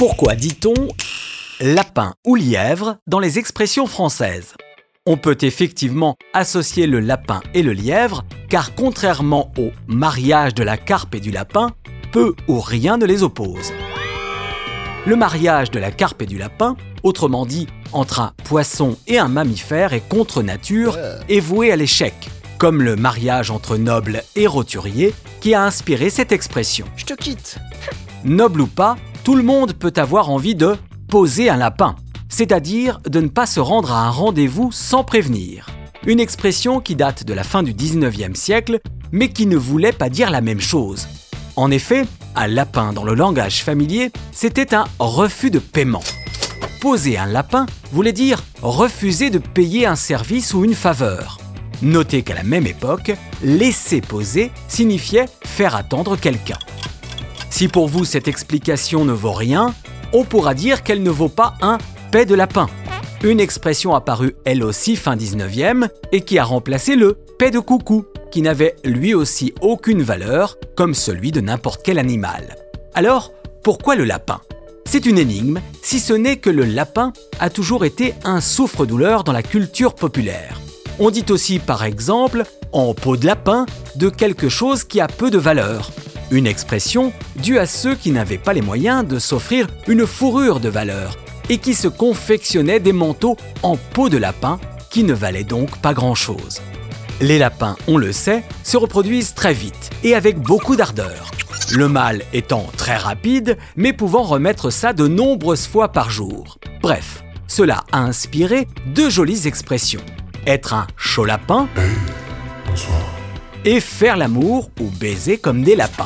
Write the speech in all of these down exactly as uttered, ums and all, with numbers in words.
Pourquoi dit-on lapin ou lièvre dans les expressions françaises ? On peut effectivement associer le lapin et le lièvre, car contrairement au mariage de la carpe et du lapin, peu ou rien ne les oppose. Le mariage de la carpe et du lapin, autrement dit entre un poisson et un mammifère, est contre nature et voué à l'échec, comme le mariage entre nobles et roturiers qui a inspiré cette expression. Je te quitte. Noble ou pas, tout le monde peut avoir envie de poser un lapin, c'est-à-dire de ne pas se rendre à un rendez-vous sans prévenir. Une expression qui date de la fin du dix-neuvième siècle, mais qui ne voulait pas dire la même chose. En effet, un lapin dans le langage familier, c'était un refus de paiement. Poser un lapin voulait dire refuser de payer un service ou une faveur. Notez qu'à la même époque, laisser poser signifiait faire attendre quelqu'un. Si pour vous cette explication ne vaut rien, on pourra dire qu'elle ne vaut pas un paix de lapin, une expression apparue elle aussi fin dix-neuvième et qui a remplacé le paix de coucou, qui n'avait lui aussi aucune valeur, comme celui de n'importe quel animal. Alors, pourquoi le lapin ? C'est une énigme, si ce n'est que le lapin a toujours été un souffre-douleur dans la culture populaire. On dit aussi par exemple « en peau de lapin » de quelque chose qui a peu de valeur. Une expression due à ceux qui n'avaient pas les moyens de s'offrir une fourrure de valeur et qui se confectionnaient des manteaux en peau de lapin qui ne valaient donc pas grand-chose. Les lapins, on le sait, se reproduisent très vite et avec beaucoup d'ardeur. Le mâle étant très rapide, mais pouvant remettre ça de nombreuses fois par jour. Bref, cela a inspiré deux jolies expressions. Être un chaud lapin Hey, bonsoir. Et faire l'amour ou baiser comme des lapins.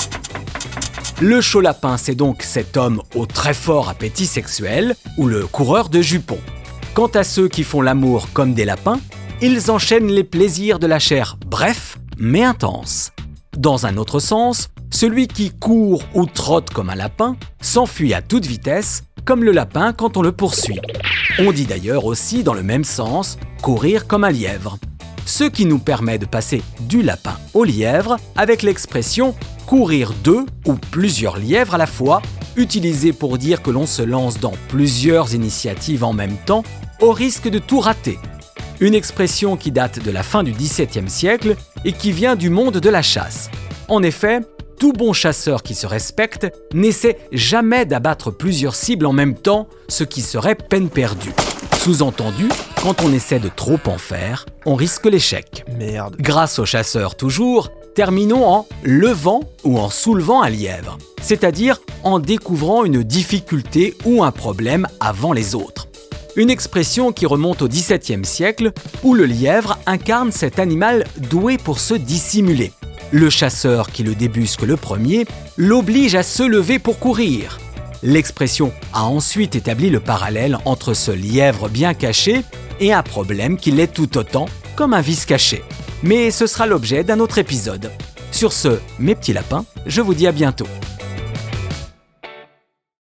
Le chaud lapin, c'est donc cet homme au très fort appétit sexuel ou le coureur de jupons. Quant à ceux qui font l'amour comme des lapins, ils enchaînent les plaisirs de la chair brefs mais intenses. Dans un autre sens, celui qui court ou trotte comme un lapin s'enfuit à toute vitesse comme le lapin quand on le poursuit. On dit d'ailleurs aussi dans le même sens courir comme un lièvre. Ce qui nous permet de passer du lapin au lièvre avec l'expression « courir deux ou plusieurs lièvres à la fois », utilisée pour dire que l'on se lance dans plusieurs initiatives en même temps au risque de tout rater. Une expression qui date de la fin du dix-septième siècle et qui vient du monde de la chasse. En effet, tout bon chasseur qui se respecte n'essaie jamais d'abattre plusieurs cibles en même temps, ce qui serait peine perdue. Sous-entendu, quand on essaie de trop en faire, on risque l'échec. Merde. Grâce aux chasseurs toujours, terminons en levant ou en soulevant un lièvre, c'est-à-dire en découvrant une difficulté ou un problème avant les autres. Une expression qui remonte au dix-septième siècle où le lièvre incarne cet animal doué pour se dissimuler. Le chasseur qui le débusque le premier l'oblige à se lever pour courir. L'expression a ensuite établi le parallèle entre ce lièvre bien caché et un problème qui l'est tout autant, comme un vice caché. Mais ce sera l'objet d'un autre épisode. Sur ce, mes petits lapins, je vous dis à bientôt.